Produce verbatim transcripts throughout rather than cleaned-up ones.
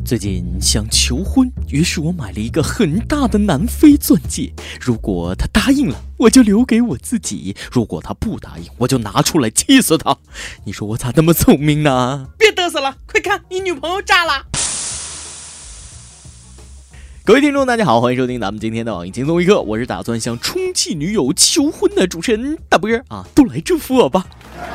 最近想求婚，于是我买了一个很大的南非钻戒。如果他答应了，我就留给我自己；如果他不答应，我就拿出来气死他。你说我咋那么聪明呢？ 别嘚瑟了，快看，你女朋友炸了！ 各位听众大家好，欢迎收听咱们今天的网易轻松一刻，我是打算向充气女友求婚的主持人大波啊，都来祝福我吧。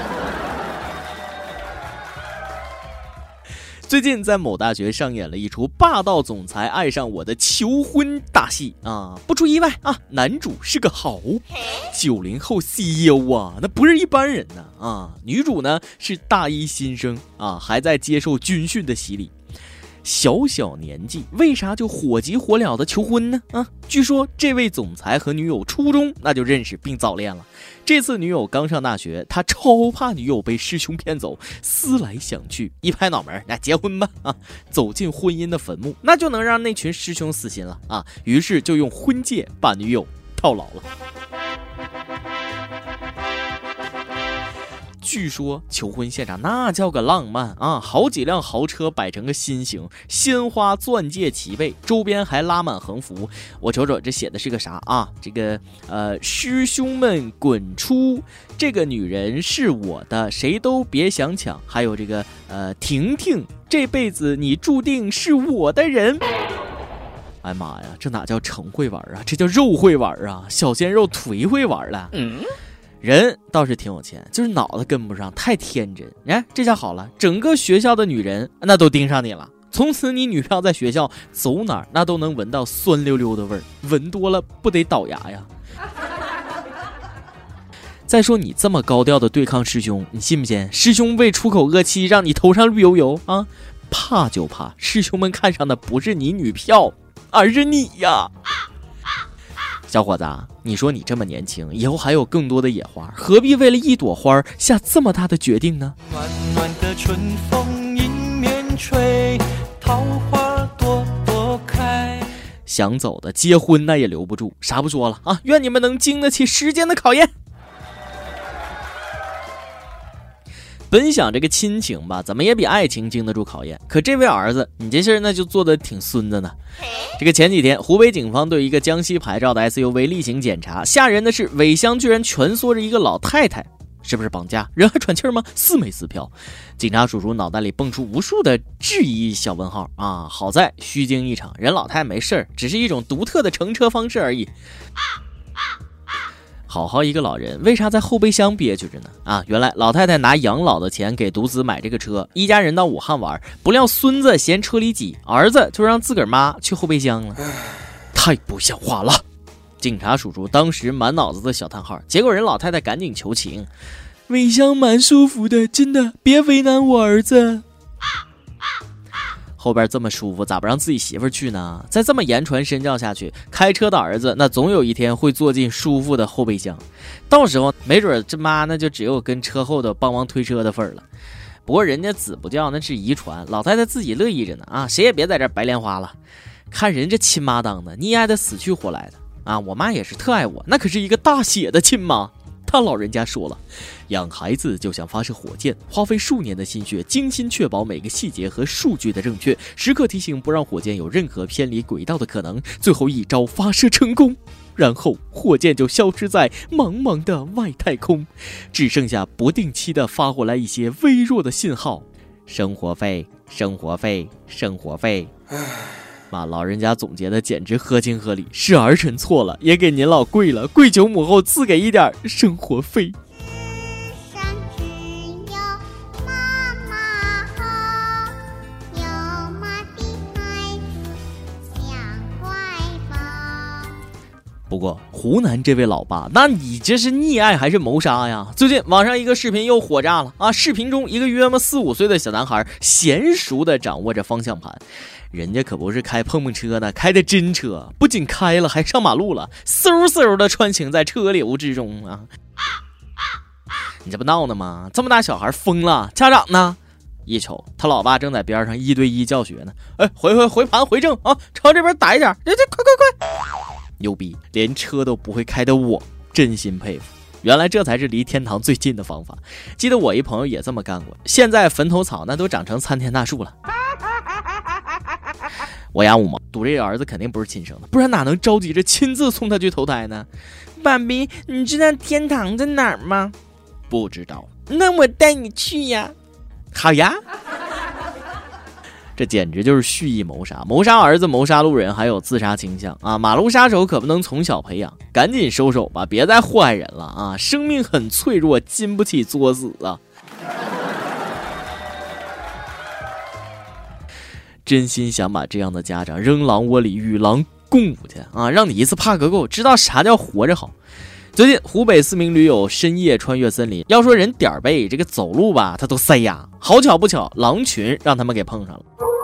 最近在某大学上演了一出霸道总裁爱上我的求婚大戏啊！不出意外啊，男主是个豪九零后 C E O 啊，那不是一般人呢 啊, 啊！女主呢是大一新生啊，还在接受军训的洗礼。小小年纪为啥就火急火燎的求婚呢？啊，据说这位总裁和女友初中那就认识并早恋了。这次女友刚上大学，他超怕女友被师兄骗走，思来想去，一拍脑门，那结婚吧！啊，走进婚姻的坟墓，那就能让那群师兄死心了啊！于是就用婚戒把女友套牢了。据说求婚现场那叫个浪漫啊，好几辆豪车摆成个心形，鲜花钻戒齐备，周边还拉满横幅。我瞅瞅这写的是个啥啊？这个呃，师兄们滚出，这个女人是我的，谁都别想抢。还有这个呃，婷婷，这辈子你注定是我的人。哎妈呀，这哪叫城会玩啊，这叫肉会玩啊，小鲜肉腿会玩了。嗯。人倒是挺有钱，就是脑子跟不上，太天真。哎，这下好了，整个学校的女人那都盯上你了。从此你女票在学校走哪儿那都能闻到酸溜溜的味儿，闻多了不得倒牙呀。再说你这么高调的对抗师兄，你信不信师兄为出口恶气让你头上绿油油啊？怕就怕师兄们看上的不是你女票，而是你呀。小伙子，你说你这么年轻，以后还有更多的野花，何必为了一朵花下这么大的决定呢？ 暖暖的春风迎面吹，桃花朵朵开。 想走的结婚那也留不住，啥不说了啊！愿你们能经得起时间的考验。本想这个亲情吧，怎么也比爱情经得住考验。可这位儿子，你这事儿那就做得挺孙子呢。这个前几天，湖北警方对一个江西牌照的 S U V 例行检查，吓人的是尾箱居然蜷缩着一个老太太，是不是绑架？人还喘气吗？似没似飘。警察叔叔脑袋里蹦出无数的质疑小问号啊！好在虚惊一场，人老太没事儿，只是一种独特的乘车方式而已。好好一个老人，为啥在后备箱憋屈着呢？啊，原来老太太拿养老的钱给独子买这个车，一家人到武汉玩，不料孙子嫌车里挤，儿子就让自个儿妈去后备箱了，太不像话了！警察叔叔当时满脑子的小叹号，结果人老太太赶紧求情，尾箱蛮舒服的，真的，别为难我儿子。后边这么舒服，咋不让自己媳妇去呢？再这么言传身教下去，开车的儿子那总有一天会坐进舒服的后备箱，到时候没准这妈那就只有跟车后头帮忙推车的份儿了。不过人家子不教那是遗传，老太太自己乐意着呢啊！谁也别在这白莲花了。看人这亲妈当的，溺爱的死去活来的啊！我妈也是特爱我，那可是一个大写的亲妈。他老人家说了，养孩子就像发射火箭，花费数年的心血，精心确保每个细节和数据的正确，时刻提醒不让火箭有任何偏离轨道的可能，最后一招发射成功，然后火箭就消失在茫茫的外太空，只剩下不定期的发回来一些微弱的信号，生活费，生活费，生活费。妈，老人家总结的简直合情合理，是儿臣错了，也给您老跪了，跪求母后赐给一点生活费。不过湖南这位老爸，那你这是溺爱还是谋杀呀？最近网上一个视频又火炸了啊！视频中一个约莫四五岁的小男孩娴熟地掌握着方向盘，人家可不是开碰碰车呢，开的真车，不仅开了还上马路了，嗖嗖的穿行在车流之中啊！你这不闹呢吗？这么大小孩疯了，家长呢？一瞅他老爸正在边上一对一教学呢，哎，回回回盘回正啊，朝这边打一点，这这快快快！牛逼，连车都不会开的我真心佩服。原来这才是离天堂最近的方法。记得我一朋友也这么干过，现在坟头草那都长成参天大树了。 我家五毛赌这个儿子肯定不是亲生的，不然哪能着急着亲自送他去投胎呢？ 爸比，你知道天堂在哪儿吗？ 不知道。 那我带你去呀。 好呀。这简直就是蓄意谋杀，谋杀儿子，谋杀路人，还有自杀倾向啊！马路杀手可不能从小培养，赶紧收手吧，别再祸害人了啊！生命很脆弱，经不起作死啊！真心想把这样的家长扔狼窝里与狼共舞去啊！让你一次怕个够，知道啥叫活着好。最近湖北四名驴友深夜穿越森林，要说人点儿背，这个走路吧他都塞牙，好巧不巧，狼群让他们给碰上了。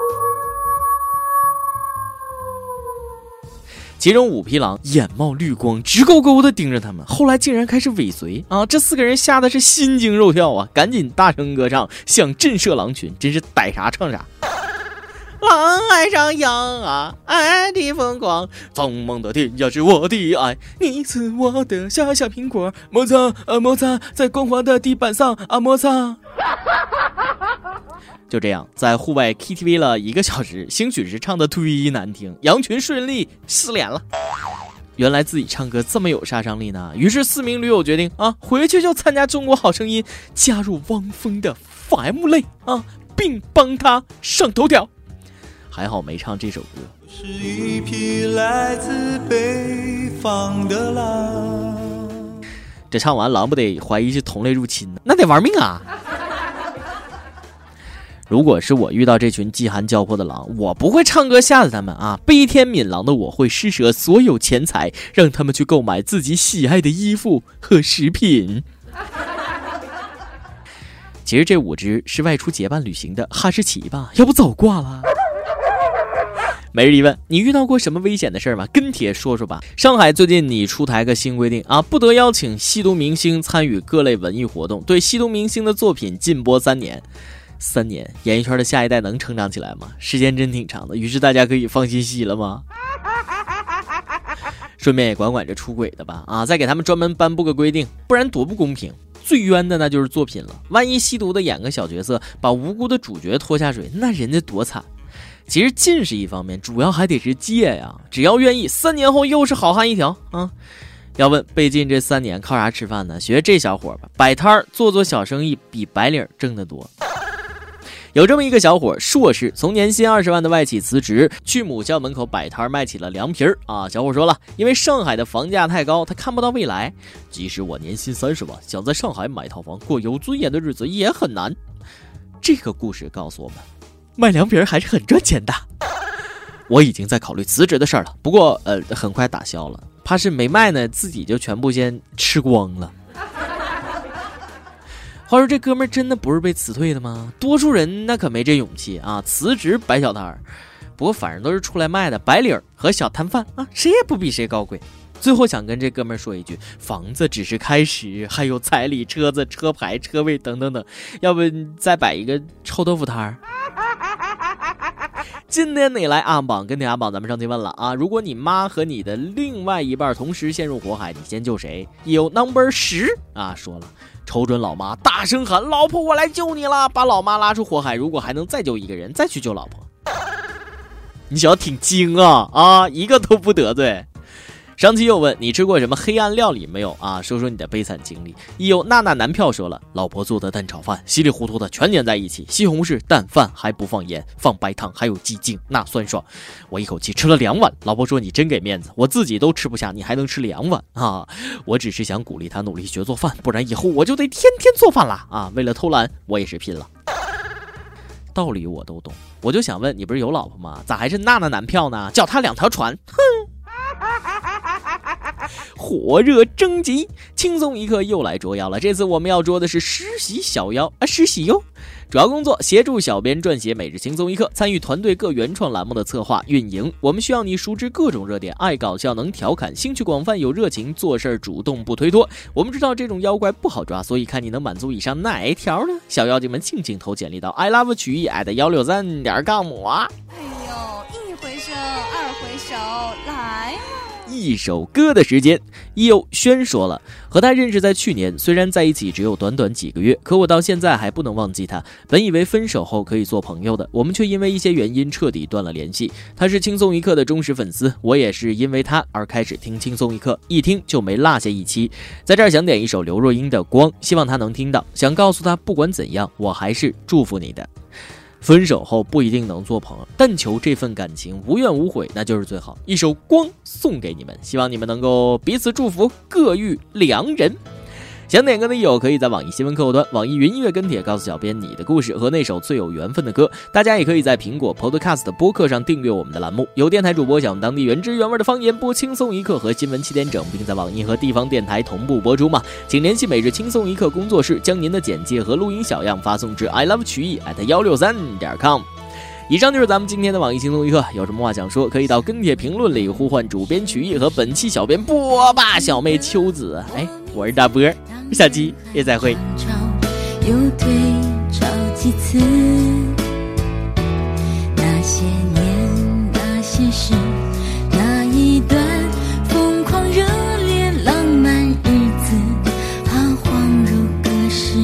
其中五匹狼眼冒绿光，直勾勾的盯着他们，后来竟然开始尾随啊！这四个人吓得是心惊肉跳啊，赶紧大声歌唱，想震慑狼群，真是逮啥唱啥。 狼爱上羊啊，爱的疯狂， 苍茫的天涯是我的爱， 你赐我的小小苹果，摩擦啊摩擦，在光滑的地板上啊摩擦。 就这样，在户外 K T V 了一个小时，兴许是唱的忒难听，羊群顺利失联了。原来自己唱歌这么有杀伤力呢，于是四名驴友决定啊，回去就参加中国好声音，加入汪峰的 F M 类啊，并帮他上头条。还好没唱这首歌。 是一匹来自北方的狼， 这唱完狼不得怀疑是同类入侵呢？那得玩命啊！如果是我遇到这群饥寒交迫的狼，我不会唱歌吓死他们啊！悲天悯狼的我会施舍所有钱财，让他们去购买自己喜爱的衣服和食品。其实这五只是外出结伴旅行的哈士奇吧？要不早挂了。每日一问，你遇到过什么危险的事吗？跟帖说说吧。上海最近拟出台个新规定啊，不得邀请吸毒明星参与各类文艺活动，对吸毒明星的作品禁播三年。三年，演艺圈的下一代能成长起来吗？时间真挺长的，于是大家可以放心吸了吗？顺便也管管这出轨的吧，啊，再给他们专门颁布个规定，不然多不公平。最冤的那就是作品了，万一吸毒的演个小角色，把无辜的主角拖下水，那人家多惨。其实禁是一方面，主要还得是戒呀。只要愿意，三年后又是好汉一条啊！要问被禁这三年靠啥吃饭呢？学这小伙吧，摆摊儿做做小生意，比白领挣得多。有这么一个小伙，硕士，从年薪二十万的外企辞职，去母校门口摆摊卖起了凉皮儿啊！小伙说了，因为上海的房价太高，他看不到未来。即使我年薪三十万，想在上海买套房，过有尊严的日子也很难。这个故事告诉我们，卖凉皮儿还是很赚钱的。我已经在考虑辞职的事儿了，不过呃，很快打消了，怕是没卖呢，自己就全部先吃光了。话说这哥们儿真的不是被辞退的吗？多数人那可没这勇气啊，辞职摆小摊儿。不过反正都是出来卖的，白领和小摊贩啊，谁也不比谁高贵。最后想跟这哥们儿说一句，房子只是开始，还有彩礼、车子、车牌、车位等等等，要不再摆一个臭豆腐摊儿。今天哪来阿榜？跟帖阿榜咱们上期问了啊，如果你妈和你的另外一半同时陷入火海，你先救谁？有 number 十啊说了，瞅准老妈，大声喊老婆我来救你了，把老妈拉出火海，如果还能再救一个人，再去救老婆。你小子挺精啊啊，一个都不得罪。上期又问你吃过什么黑暗料理没有啊？说说你的悲惨经历。有娜娜男票说了，老婆做的蛋炒饭稀里糊涂的全粘在一起，西红柿蛋饭还不放盐，放白糖还有鸡精，那酸爽。我一口气吃了两碗，老婆说你真给面子，我自己都吃不下，你还能吃两碗啊？我只是想鼓励她努力学做饭，不然以后我就得天天做饭了啊！为了偷懒，我也是拼了。道理我都懂，我就想问你不是有老婆吗？咋还是娜娜男票呢？叫他两条船，哼！火热征集，轻松一刻又来捉妖了。这次我们要捉的是实习小妖啊，实习哟！主要工作协助小编撰写每日轻松一刻，参与团队各原创栏目的策划运营。我们需要你熟知各种热点，爱搞笑能调侃，兴趣广泛有热情，做事主动不推脱。我们知道这种妖怪不好抓，所以看你能满足以上哪一条呢？小妖精们尽情投简历到 i love 曲艺 at 一六三点 com 啊！ 哎呦，一回生二回熟，来一首歌的时间。一友轩说了，和他认识在去年，虽然在一起只有短短几个月，可我到现在还不能忘记他。本以为分手后可以做朋友的，我们却因为一些原因彻底断了联系。他是轻松一刻的忠实粉丝，我也是因为他而开始听轻松一刻，一听就没落下一期。在这儿想点一首刘若英的《光》，希望他能听到，想告诉他不管怎样，我还是祝福你的。分手后不一定能做朋友，但求这份感情无怨无悔，那就是最好。一首《光》送给你们，希望你们能够彼此祝福，各遇良人。想点歌的友可以在网易新闻客户端、网易云音乐跟帖告诉小编你的故事和那首最有缘分的歌。大家也可以在苹果 Podcast 播客上订阅我们的栏目，有电台主播想用当地原汁原味的方言播轻松一刻和新闻七点整，并在网易和地方电台同步播出吗？请联系每日轻松一刻工作室，将您的简介和录音小样发送至 i love 曲艺 at 一六三点 com。以上就是咱们今天的网易轻松一刻，有什么话想说，可以到跟帖评论里呼唤主编曲艺和本期小编波霸小妹秋子。哎，我是大波，下期也再会。 又退潮几次，那些年那些事，那一段疯狂热烈浪漫日子，彷徨如隔世。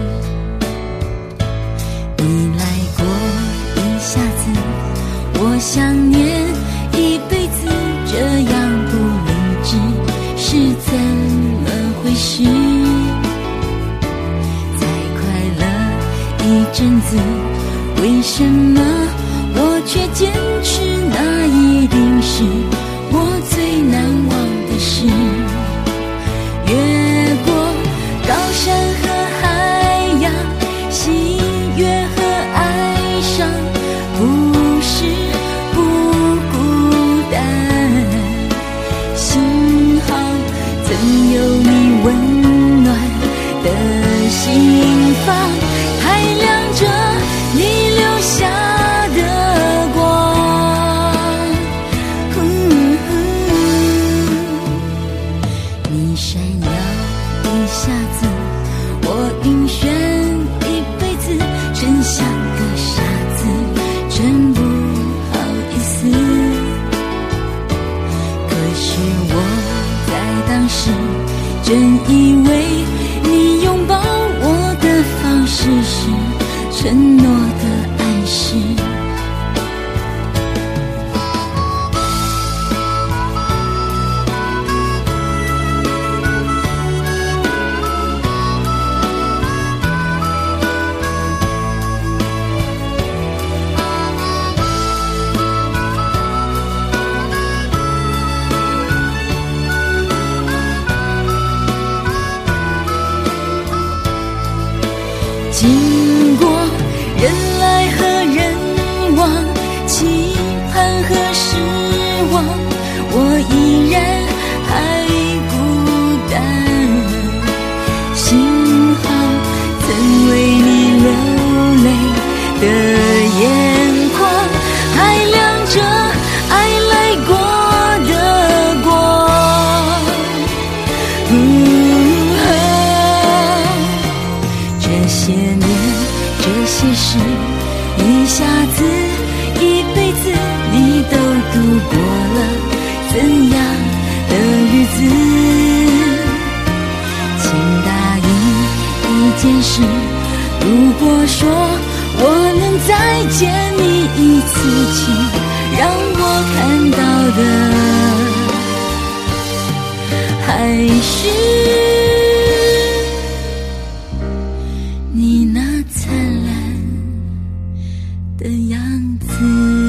你来过一下子，我想念一辈子，这样不理智是怎么回事？才快乐一阵子，为什么我却坚持那一定是我最难忘的事？越过高山和海洋，喜悦和哀伤，不是不孤单。幸好曾有你温暖的心房，还亮着你留下的光。嗯嗯、你闪耀一下子，我晕眩一辈子，真像个傻子，真不好意思。可是我在当时真以为你拥抱我的方式是承诺的暗示。经过人来和人往，期盼和失望，我依然还孤单。幸好曾为你流泪的眼眶，还亮着爱来过的光。嗯啊，这些年这些事，一下子一辈子，你都度过了怎样的日子？请答应一件事，如果说我能再见你一次，请让我看到的还是你那灿烂的样子。